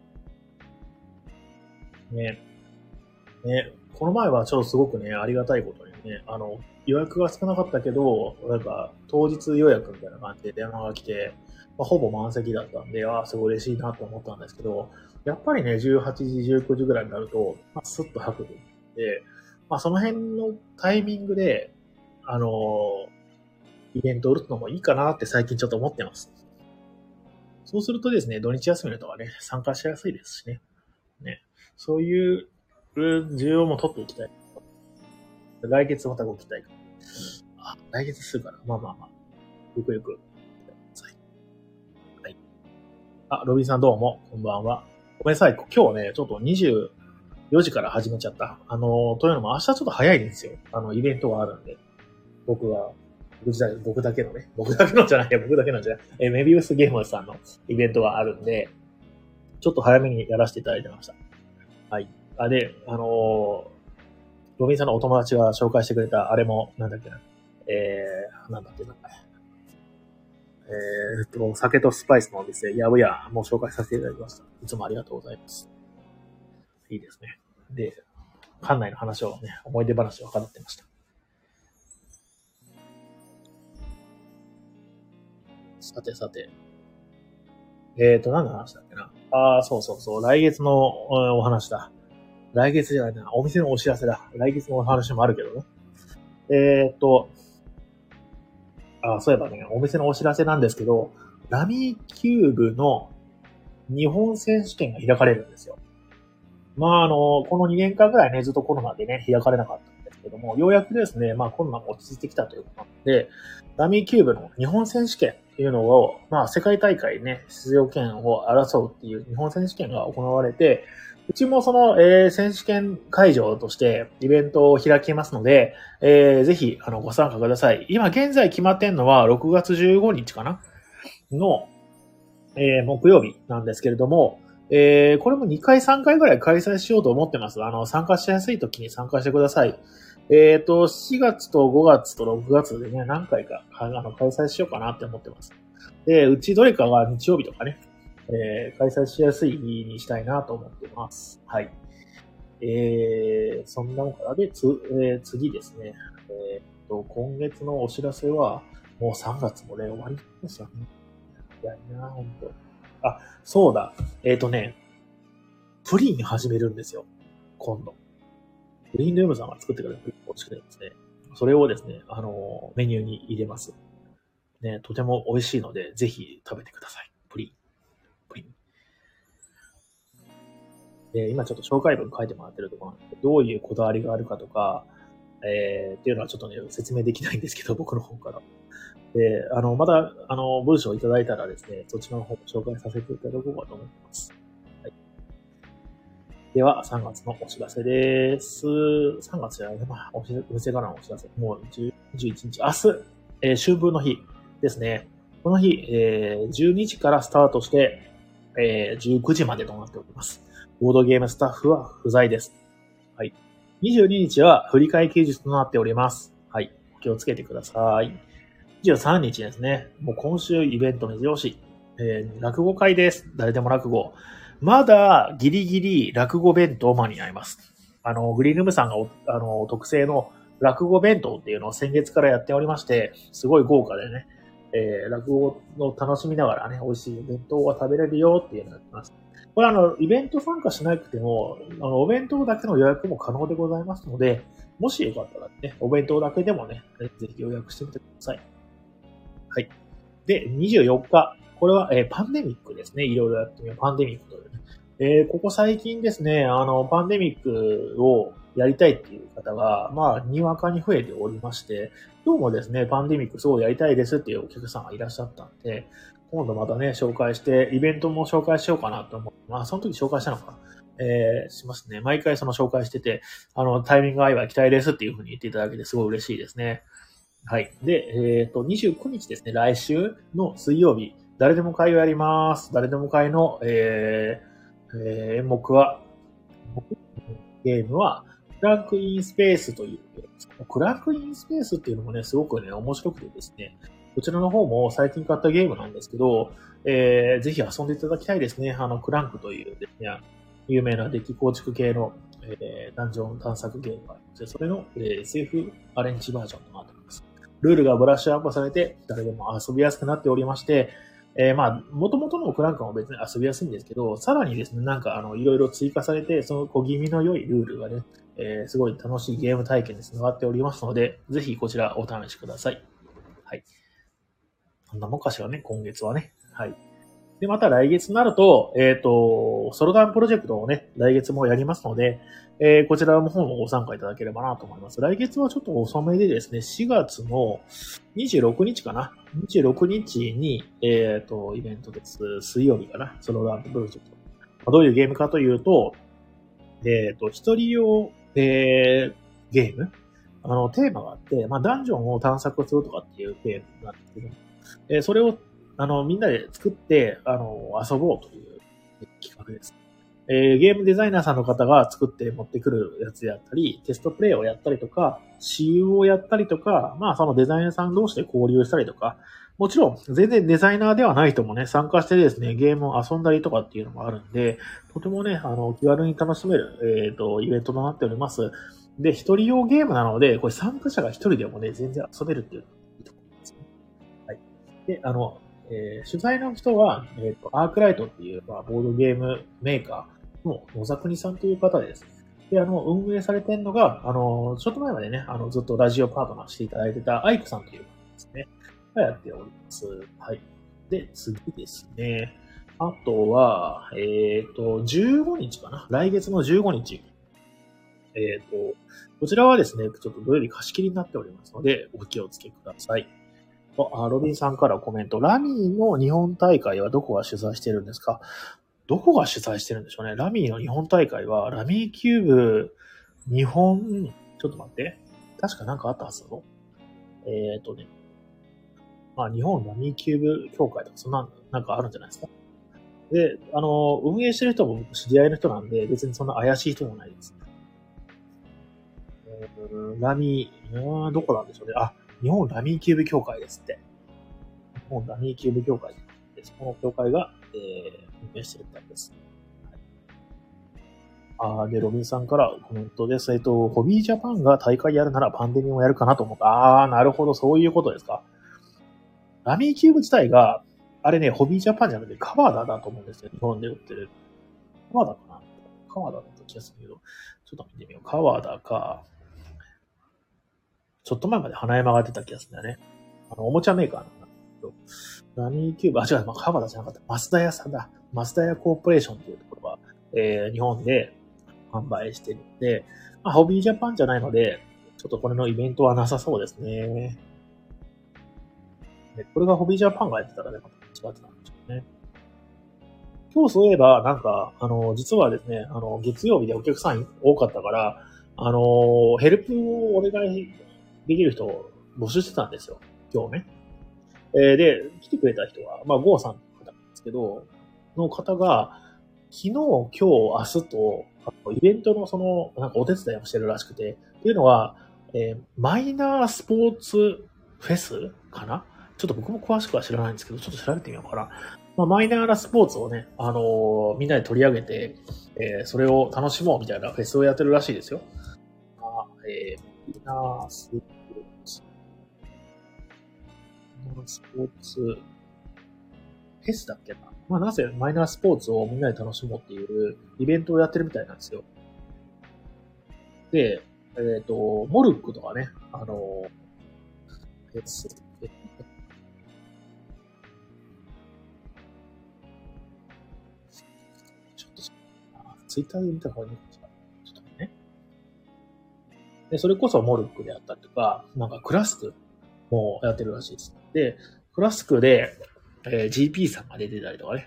ね。ね。この前はちょっとすごくね、ありがたいことにね、予約が少なかったけど、なんか、当日予約みたいな感じで電話が来て、まあ、ほぼ満席だったんで、すごい嬉しいなと思ったんですけど、やっぱりね、18時、19時ぐらいになると、まあ、スッと吐くで、まあ、その辺のタイミングで、あのイベントを売るのもいいかなって最近ちょっと思ってます。そうするとですね、土日休みの人はね、参加しやすいですしね。ね。そういう需要も取っていきたい。来月またご期待。来月するから。まあまあまあ。ゆくゆく。はい。ロビンさんどうも、こんばんは。ごめんなさい。今日ね、ちょっと24時から始めちゃった。というのも明日ちょっと早いんですよ。イベントがあるんで。僕だけのね。僕だけのじゃないよ。僕だけのじゃない。メビウスゲームズさんのイベントがあるんで、ちょっと早めにやらせていただいてました。はい。で、ロビンさんのお友達が紹介してくれた、あれも、なんだっけな。なんだっけな。酒とスパイスのお店、やぶやもう紹介させていただきました。いつもありがとうございます。いいですね。で、館内の話をね、思い出話を語ってました。さてさて。何の話だっけな。そうそうそう。来月のお話だ。来月じゃないな。お店のお知らせだ。来月のお話もあるけどね。 そういえばね、お店のお知らせなんですけど、ラミーキューブの日本選手権が開かれるんですよ。この2年間ぐらいね、ずっとコロナでね、開かれなかったんですけども、ようやくですね、コロナも落ち着いてきたということなので、ラミーキューブの日本選手権っていうのを、世界大会ね、出場権を争うっていう日本選手権が行われて、うちもその、選手権会場としてイベントを開きますので、ぜひ、ご参加ください。今現在決まってんのは6月15日かなの、木曜日なんですけれども、これも2回3回ぐらい開催しようと思ってます。参加しやすい時に参加してください。4月と5月と6月でね、何回か、開催しようかなって思ってます。で、うちどれかが日曜日とかね、開催しやすい日にしたいなと思ってます。はい。そんなもんからで、次ですね。今月のお知らせは、もう3月もね、終わりですよね。早いな、ほんと。そうだ。プリン始めるんですよ。今度。プリンルームさんが作ってくれるプリン美味しくてですね。それをですね、メニューに入れます。ね、とても美味しいので、ぜひ食べてください。プリン。プリン。今ちょっと紹介文書いてもらってるところなんで、どういうこだわりがあるかとか、っていうのはちょっとね、説明できないんですけど、僕の方から。で、また、文章をいただいたらですね、そっちの方も紹介させていただこうかと思います。はい。では、3月のお知らせです。3月じゃないな、お店からのお知らせ。もう21日、明日、春分の日ですね。この日、12時からスタートして、19時までとなっております。ボードゲームスタッフは不在です。はい。22日は振り替え休日となっております。はい。お気をつけてください。23日ですね。もう今週イベント目白押し。落語会です。誰でも落語。まだギリギリ落語弁当間に合います。グリーンルームさんが特製の落語弁当っていうのを先月からやっておりまして、すごい豪華でね、落語を楽しみながらね、美味しいお弁当が食べれるよっていうのをやってます。これイベント参加しなくても、お弁当だけの予約も可能でございますので、もしよかったらね、お弁当だけでもね、ぜひ予約してみてください。はい。で、24日。これは、パンデミックですね。いろいろやってみよう。パンデミックというね。ここ最近ですね、パンデミックをやりたいっていう方が、にわかに増えておりまして、今日もですね、パンデミックすごいやりたいですっていうお客さんがいらっしゃったんで、今度またね、紹介して、イベントも紹介しようかなと思って、その時紹介したのかしますね。毎回その紹介してて、タイミング合えば期待ですっていう風に言っていただけてすごい嬉しいですね。はい。で、29日ですね、来週の水曜日、誰でも会をやります。誰でも会の、演目は、ゲームは、クランクインスペースというゲームです。クランクインスペースっていうのもね、すごくね、面白くてですね、こちらの方も最近買ったゲームなんですけど、ぜひ遊んでいただきたいですね。クランクというですね、有名なデッキ構築系の、ダンジョン探索ゲームがあります。それの、SF アレンジバージョンとなっております。ルールがブラッシュアップされて、誰でも遊びやすくなっておりまして、元々のクランクも別に遊びやすいんですけど、さらにですね、いろいろ追加されて、その小気味の良いルールがね、すごい楽しいゲーム体験につながっておりますので、ぜひこちらお試しください。はい。そんなもんかしらね、今月はね。はい。で、また来月になると、ソロダンプロジェクトをね、来月もやりますので、こちらの方もご参加いただければなと思います。来月はちょっと遅めでですね、4月の26日かな。26日に、イベントです。水曜日かな。ソロダンプロジェクト。どういうゲームかというと、一人用、ゲームテーマがあって、ダンジョンを探索するとかっていうゲームなんですけど、それをみんなで作って、遊ぼうという企画です。ゲームデザイナーさんの方が作って持ってくるやつやったり、テストプレイをやったりとか、私有をやったりとか、そのデザイナーさん同士で交流したりとか、もちろん、全然デザイナーではない人もね、参加してですね、ゲームを遊んだりとかっていうのもあるんで、とてもね、気軽に楽しめる、イベントとなっております。で、一人用ゲームなので、これ参加者が一人でもね、全然遊べるっていうのがいいと思いますね。はい。で、主催の人は、アークライトっていう、ボードゲームメーカーの野沢国さんという方です。で、運営されてるのが、ちょっと前までね、ずっとラジオパートナーしていただいてたアイクさんという方ですね。 がやっております。はい。で、次ですね。あとは、15日かな。来月の15日。こちらはですね、ちょっと土曜日貸し切りになっておりますので、お気をつけください。ロビンさんからコメント。ラミーの日本大会はどこが主催してるんですか？どこが主催してるんでしょうね。ラミーの日本大会は、ラミーキューブ日本、ちょっと待って。確かなんかあったはずだぞ。ね。まあ、日本ラミーキューブ協会とか、そんな、なんかあるんじゃないですか。で、運営してる人も知り合いの人なんで、別にそんな怪しい人もないです。ラミー、どこなんでしょうね。日本ラミーキューブ協会ですって。日本ラミーキューブ協会です。この協会が、運営してるみたいです。で、ロビンさんからコメントです。ホビージャパンが大会やるならパンデミもやるかなと思った。なるほど、そういうことですか。ラミーキューブ自体が、あれね、ホビージャパンじゃなくて川田だと思うんですよ。日本で売ってる。川田かな川田だった気がするけど、ちょっと見てみよう。川田か、ちょっと前まで花山が出た気がするんだよね。おもちゃメーカーなんだけど、ラミーキューブ、違う、川田じゃなかった。マスダヤさんだ。マスダヤコーポレーションというところは、日本で販売してるんで、ホビージャパンじゃないので、ちょっとこれのイベントはなさそうですね。これがホビージャパンがやってたらね、また違ってたんでしょうね。今日そういえば、なんか、実はですね、月曜日でお客さん多かったから、ヘルプをお願いできる人を募集してたんですよ。今日ね。で、来てくれた人は、ゴーさんの方なんですけど、の方が、昨日、今日、明日と、イベントのなんかお手伝いをしてるらしくて、っていうのは、マイナースポーツフェスかな。ちょっと僕も詳しくは知らないんですけど、ちょっと調べてみようかな。マイナーなスポーツをね、みんなで取り上げて、それを楽しもうみたいなフェスをやってるらしいですよ。マイナースポーツ、スポーツ、フェスだっけな。なぜマイナースポーツをみんなで楽しもうっていうイベントをやってるみたいなんですよ。で、モルックとかね、フェス、ちょっと、ツイッターで見た方がいいかもしれない。ちょっとね。で、それこそモルックであったりとか、なんかクラスクもやってるらしいです。で、クラスクで、GP さんが出てたりとかね。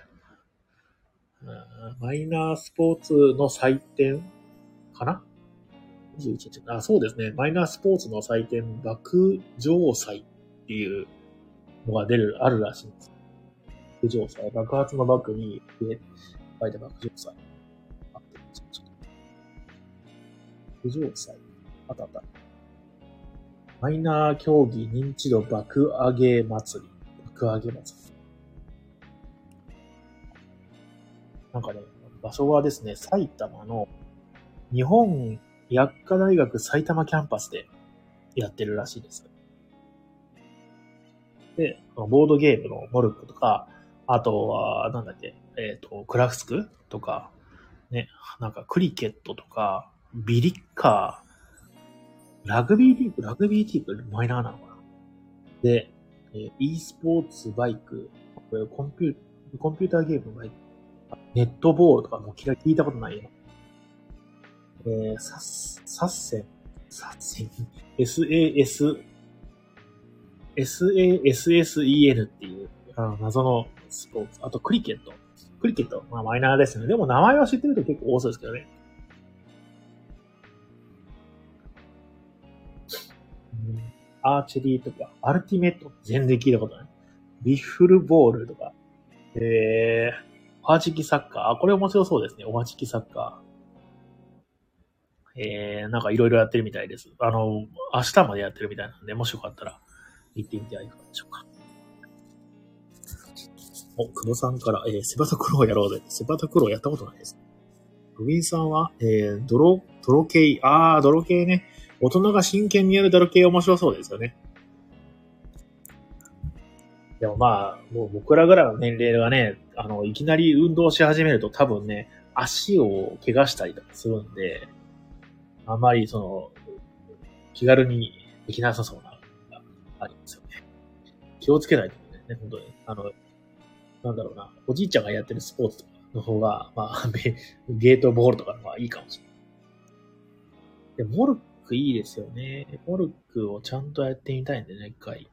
マイナースポーツの祭典かな21日。そうですね。マイナースポーツの祭典、爆上祭っていうのがあるらしいんです。爆上祭。爆発の爆に、書いて爆上祭。爆上祭。あったあった。マイナー競技認知度爆上げ祭り。爆上げ祭り。なんかね、場所はですね、埼玉の日本薬科大学埼玉キャンパスでやってるらしいです。で、ボードゲームのモルックとか、あとは、なんだっけ、クラフスクとか、ね、なんかクリケットとか、ビリッカー、ラグビーリーグマイナーなのかなで、e スポーツバイク、これコンピューターゲームのバイク、ネットボールとかも聞いたことないよ。サッセン、SASSEN っていう謎のスポーツ。あとクリケット。マイナーですね。でも名前は知ってると結構多そうですけどね。アーチェリーとか、アルティメット全然聞いたことない。ビッフルボールとか、おはじきサッカー。これ面白そうですね。おはじきサッカー。なんかいろいろやってるみたいです。明日までやってるみたいなんで、もしよかったら行ってみてはいかがでしょうか。久保さんから、セバトクローやろうぜ。セバトクローやったことないです。ルビンさんは、泥系、泥系ね。大人が真剣にやる泥系面白そうですよね。でももう僕らぐらいの年齢がね、いきなり運動し始めると多分ね、足を怪我したりとかするんで、あまり気軽にできなさそうな、ありますよね。 気をつけないとね、本当に。なんだろうな、おじいちゃんがやってるスポーツとかの方が、まあ、ゲートボールとかの方がいいかもしれない。で、モルックいいですよね。モルックをちゃんとやってみたいんでね、一回。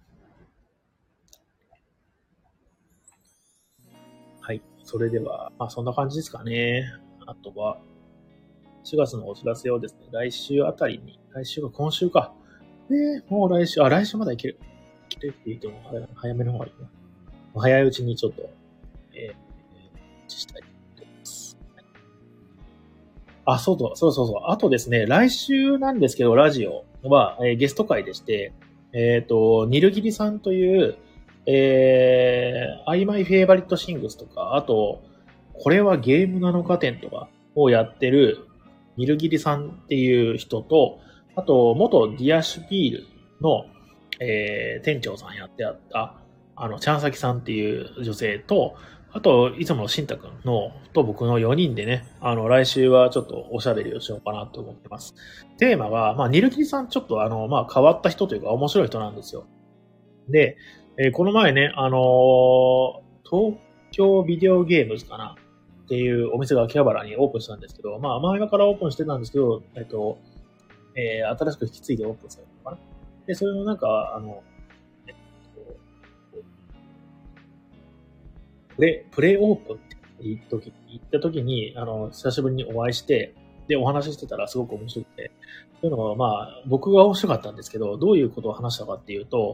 はい。それでは、まあそんな感じですかね。あとは、4月のお知らせをですね、来週あたりに、来週か今週か。もう来週まだいける。いけるって言っても早めの方がいいな。早いうちにちょっと、したいと思います。あ、そう。あとですね、来週なんですけど、ラジオは、ゲスト会でして、ニルギリさんという、I My Favorite Things とか、あと、これはゲームなのか展とかをやってる、ニルギリさんっていう人と、あと、元ディアシュピールの、店長さんやってあった、チャンサキさんっていう女性と、あと、いつものシンタくんの、と僕の4人でね、来週はちょっとおしゃべりをしようかなと思ってます。テーマが、まあ、ニルギリさんちょっとまあ、変わった人というか面白い人なんですよ。で、この前ね、東京ビデオゲームズかなっていうお店が秋葉原にオープンしたんですけど、まあ、前からオープンしてたんですけど、新しく引き継いでオープンされたのかな。で、それのなんか、えっプレイオープンって行った時に、久しぶりにお会いして、で、お話ししてたらすごく面白くて、というのは、まあ、僕が面白かったんですけど、どういうことを話したかっていうと、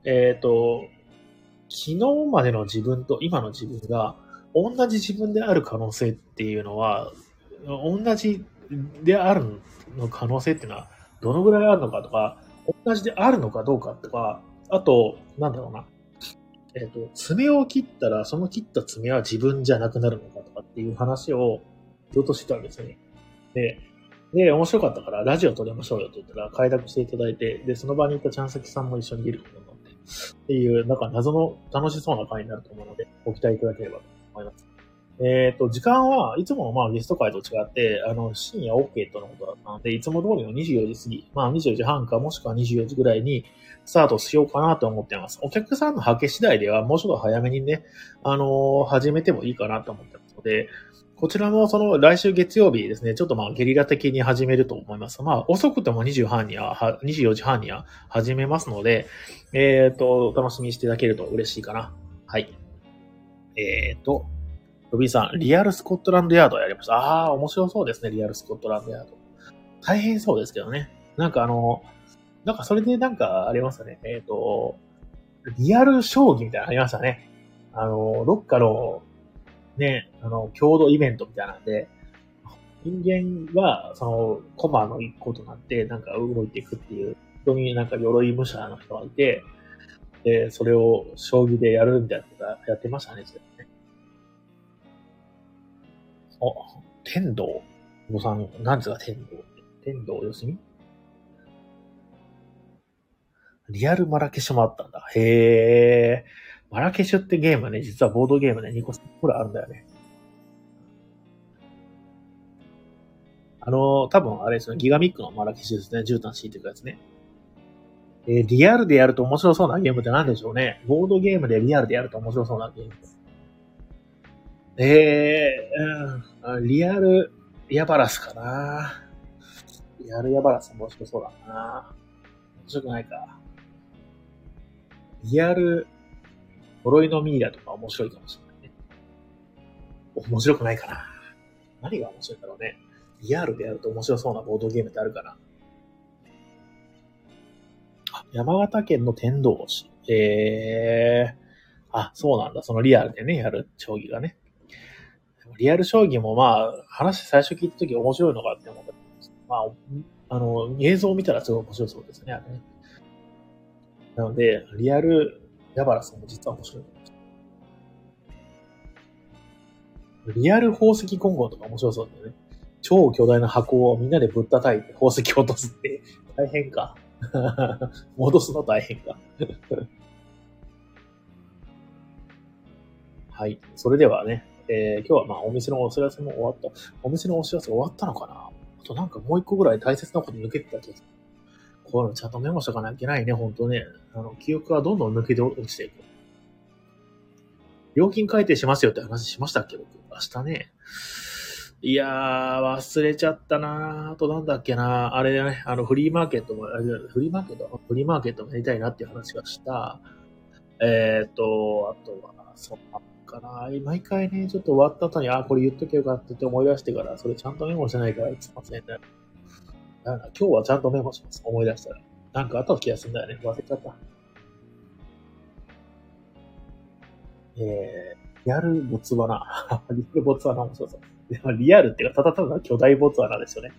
昨日までの自分と今の自分が同じ自分である可能性っていうのは、同じであるの可能性っていうのはどのぐらいあるのかとか、同じであるのかどうかとか、あと、なんだろうな、爪を切ったら、その切った爪は自分じゃなくなるのかとかっていう話をずっとしてたんですよね。で、面白かったから、ラジオ撮りましょうよって言ったら、快諾していただいて、で、その場にいたちゃんさきさんも一緒に出ることになって、っていう、なんか謎の楽しそうな回になると思うので、ご期待いただければと思います。時間はいつものまあゲスト会と違って、深夜 OK とのことだったので、いつも通りの24時過ぎ、まあ24時半かもしくは24時ぐらいにスタートしようかなと思ってます。お客さんのはけ次第ではもうちょっと早めにね、始めてもいいかなと思ってますので、こちらもその来週月曜日ですね、ちょっとまあゲリラ的に始めると思います。まあ遅くても24時半には始めますので、お楽しみにしていただけると嬉しいかな。はい。ロビーさん、リアルスコットランドヤードやりました。ああ、面白そうですね、リアルスコットランドヤード。大変そうですけどね。なんかなんかそれでなんかありますよね。リアル将棋みたいなのありましたね。どっかの、ね、共同イベントみたいなんで、人間が、その、コマの一個となって、なんか動いていくっていう、本当になんか鎧武者の人がいて、で、それを将棋でやるみたいなことやってましたね、それね。お、天道。お子さん、なんですか、天道。天道よしみリアルマラケシュもあったんだ。へえ。マラケシュってゲームね、実はボードゲームね、2個くらいあるんだよね。多分あれですね、ギガミックのマラケシュですね、絨毯敷いてるやつね。リアルでやると面白そうなゲームって何でしょうね。ボードゲームでリアルでやると面白そうなゲーム。リアルヤバラスかな。リアルヤバラス面白そうだな。面白くないか。リアル呪いのミイラとか面白いかもしれないね。面白くないかな。何が面白いんだろうね。リアルでやると面白そうなボードゲームってあるかな。山形県の天童市。そうなんだ。そのリアルでね、やる将棋がね。リアル将棋もまあ、話最初聞いたとき面白いのかって思ったんです。まあ、映像を見たらすごい面白そうですね、あれね。なので、リアルヤバラさんも実は面白い。リアル宝石混合とか面白そうだよね。超巨大な箱をみんなでぶったたいて宝石を落とすって大変か。戻すの大変か。はい。それではね、今日はまあお店のお知らせも終わった。お店のお知らせ終わったのかな。あとなんかもう一個ぐらい大切なこと抜けてた気がする。 こういうのちゃんとメモしとかなきゃいけないね、ほんとね。記憶はどんどん抜けて落ちていく。料金改定しますよって話しましたっけ、僕。明日ね。いやー、忘れちゃったなー。あとなんだっけなー。あれだね、フリーマーケットも、フリーマーケットもやりたいなっていう話がした。あとは、そっかな。毎回ね、ちょっと終わった後に、これ言っとけよかったって思い出してから、それちゃんとメモしてないから、すいませんね。だから今日はちゃんとメモします。思い出したら。なんかあった気がするんだよね。忘れちゃった。リアルボツワナ。リアルボツワナもそうそう。リアルっていうか、ただただ巨大ボツワナですよね。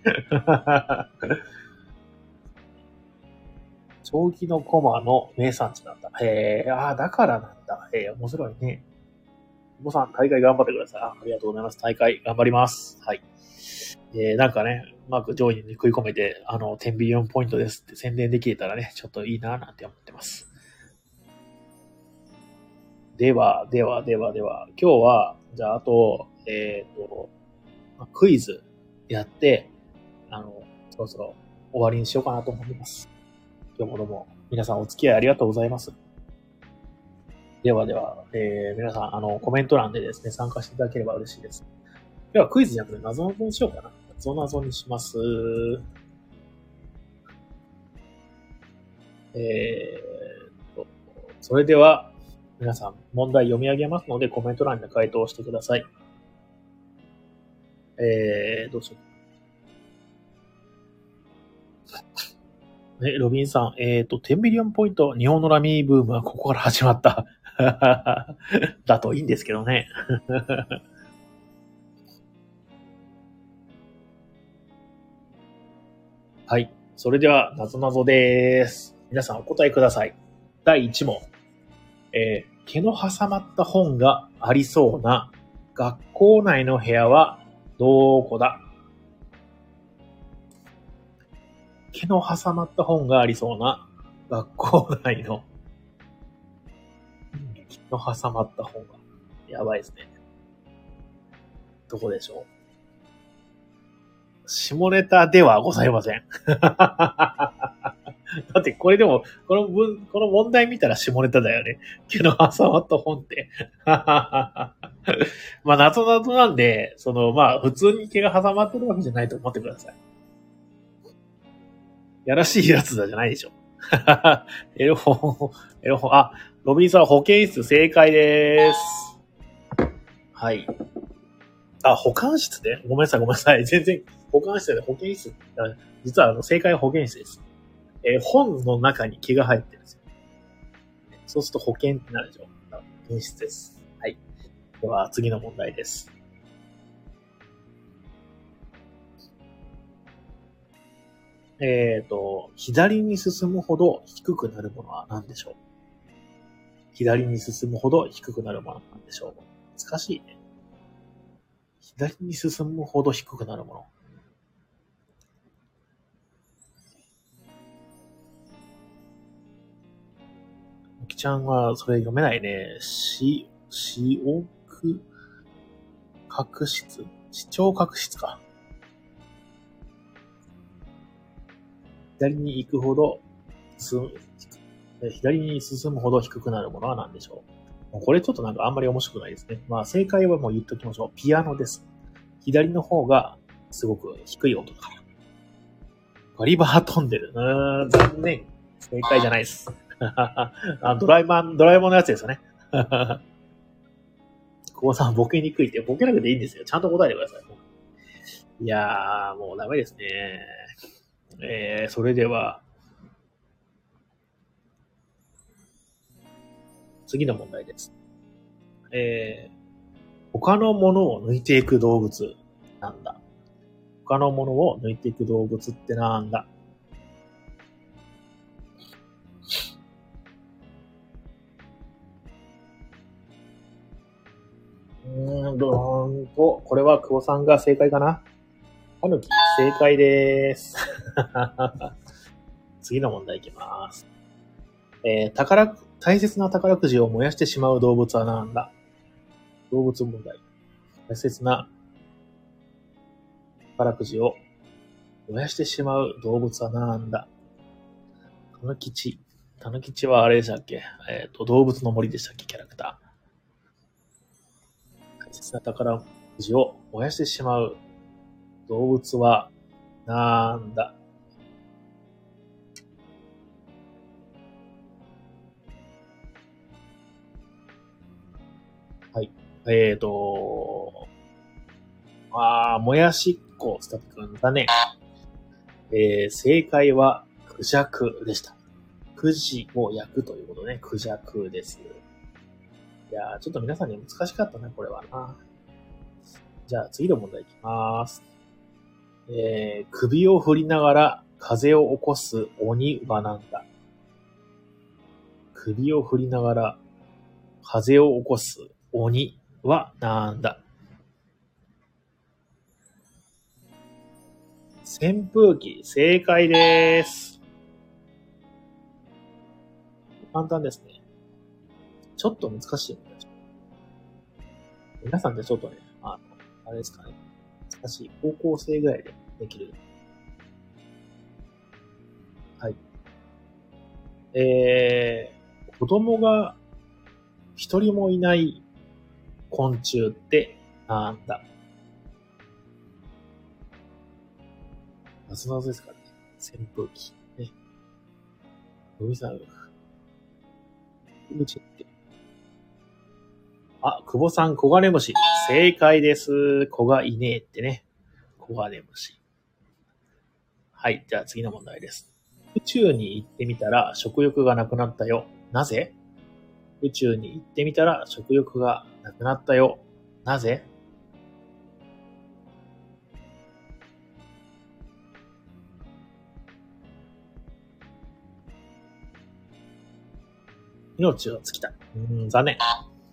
将棋の駒の名産地なんだ。だからなんだ。面白いね。お子さん、大会頑張ってください。ありがとうございます。大会頑張ります。はい。なんかね、うまく上位に食い込めて、10ビリオンポイントですって宣伝できれたらね、ちょっといいななんて思ってます。では、今日は、じゃあ、あと、クイズやって、そろそろ終わりにしようかなと思います。今日もどうも、皆さんお付き合いありがとうございます。では、皆さん、コメント欄でですね、参加していただければ嬉しいです。では、クイズじゃなくて、謎々にしようかな。謎にします。それでは、皆さん、問題読み上げますので、コメント欄に回答してください。どうしよう。ロビンさん、10ミリオンポイント、日本のラミーブームはここから始まった。だといいんですけどね。はい。それでは、なぞなぞです。皆さんお答えください。第1問。毛の挟まった本がありそうな学校内の部屋はどこだ？毛の挟まった本がありそうな学校内の毛の挟まった本が。やばいですね。どこでしょう？下ネタではございません。だってこれでも、この問題見たら下ネタだよね。毛の挟まった本って。まあ、謎なんで、普通に毛が挟まってるわけじゃないと思ってください。やらしいやつだじゃないでしょ。エロ本、ロビンさん保健室正解です。はい。保管室ね。ごめんなさい。全然、保管室で保健室。実は正解は保健室です。本の中に毛が入ってるんですよ。そうすると保険ってなるでしょ。保健室です。はい。では、次の問題です。左に進むほど低くなるものは何でしょう？左に進むほど低くなるものは何でしょう？難しいね。左に進むほど低くなるもの。おきちゃんはそれ読めないね。視覚室視聴覚室か。左に行くほど左に進むほど低くなるものは何でしょう？これちょっとなんかあんまり面白くないですね。まあ正解はもう言っときましょう。ピアノです。左の方がすごく低い音だから。ガリバー飛んでる。残念。正解じゃないです。ドラえもんのやつですよね。こうさんボケにくいってボケなくていいんですよ。ちゃんと答えてください。いやー、もうダメですね。それでは、次の問題です。他のものを抜いていく動物なんだ。他のものを抜いていく動物ってなんだ。これは久保さんが正解かな？タヌキ、正解です。次の問題いきます。大切な宝くじを燃やしてしまう動物は何だ？動物問題。大切な宝くじを燃やしてしまう動物は何だ？ たぬきち。たぬきちはあれでしたっけ？動物の森でしたっけ、キャラクター。大切な宝くじを燃やしてしまう動物は、なんだ？はい。もやしっこ、スタピ君だね。正解は、クジャクでした。くじを焼くということね。クジャクです。いやー、ちょっと皆さんに難しかったね、これはな。じゃあ次の問題いきます。首を振りながら風を起こす鬼はなんだ？首を振りながら風を起こす鬼はなんだ？扇風機、正解です。簡単ですね。ちょっと難しい。皆さんでちょっとね、あれですかね。難しい。高校生ぐらいでできる。はい。子供が一人もいない昆虫ってなんだ？謎ですからね。扇風機。ね。海さん、うちって。久保さん、コガネムシ。正解です。子がいねえってね。コガネムシ。はい。じゃあ次の問題です。宇宙に行ってみたら食欲がなくなったよ。なぜ？宇宙に行ってみたら食欲がなくなったよ。なぜ？命を尽きた。残念。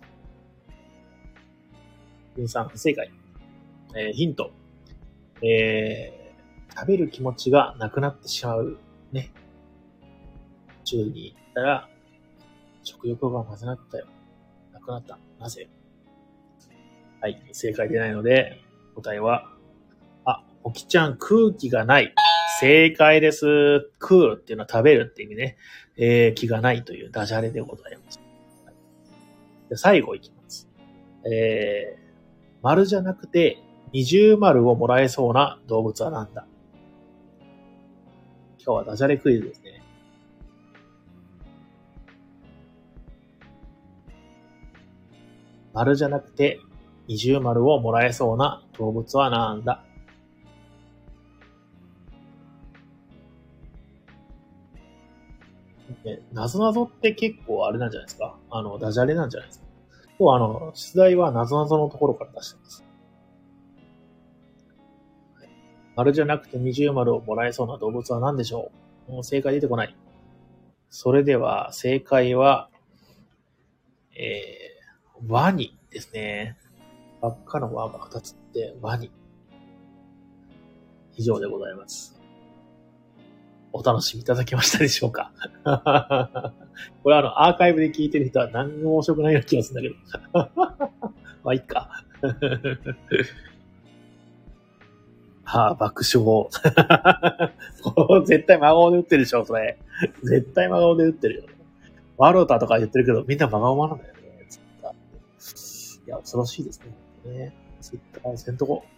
リンさん、不正解。ヒント。食べる気持ちがなくなってしまう。ね。宇宙に行ったら食欲がなくなったよ。なくなった。なぜ？はい。正解でないので、答えは、おきちゃん、空気がない。正解です。空っていうのは食べるって意味ね。気がないというダジャレでございます。で最後いきます。丸じゃなくて二重丸をもらえそうな動物はなんだ？今日はダジャレクイズですね。丸じゃなくて二重丸をもらえそうな動物はなんだ？なぞなぞって結構あれなんじゃないですか？ダジャレなんじゃないですか？今日出題はなぞなぞのところから出してます。丸じゃなくて二重丸をもらえそうな動物は何でしょう？もう正解出てこない。それでは、正解は、ワニですね。輪っかの輪が2つってワニ。以上でございます。お楽しみいただけましたでしょうか？これアーカイブで聞いてる人は何も面白くないような気がするんだけど。まあ、いっか。爆笑。絶対真顔で打ってるでしょ、それ。絶対真顔で打ってるよ。ワロタとか言ってるけど、みんな真顔なんだよね。いや、恐ろしいですね。ツイッターせんとこ。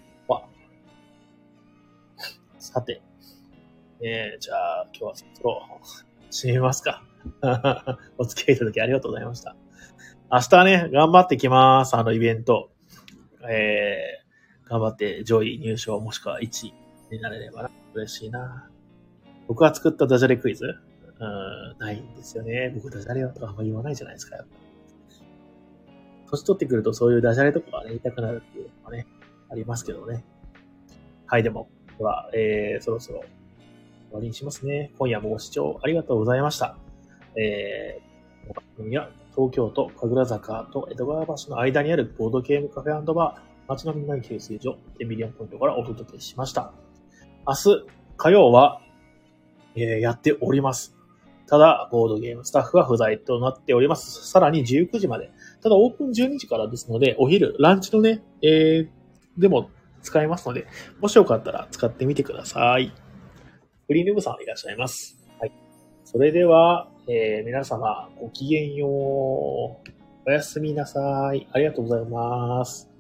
さて。じゃあ、今日はそろそろ締めますか。お付き合いいただきありがとうございました。明日ね、頑張ってきます。イベント。頑張って上位入賞もしくは1位になれればな。嬉しいな。僕が作ったダジャレクイズないんですよね。僕ダジャレとかあんま言わないじゃないですか。年取ってくるとそういうダジャレとかがね、言いたくなるっていうのがね、ありますけどね。はい、では、そろそろ終わりにしますね。今夜もご視聴ありがとうございました。この番組は東京都神楽坂と江戸川橋の間にあるボードゲームカフェ&バー、街のみんなの給水所、10ミリオンポイントからお届けしました。明日、火曜は、やっております。ただ、ボードゲームスタッフは不在となっております。さらに19時まで。ただ、オープン12時からですので、お昼、ランチのね、でも使えますので、もしよかったら使ってみてください。フリーヌーブさんいらっしゃいます。はい。 それでは、皆様ごきげんよう。おやすみなさい。ありがとうございます。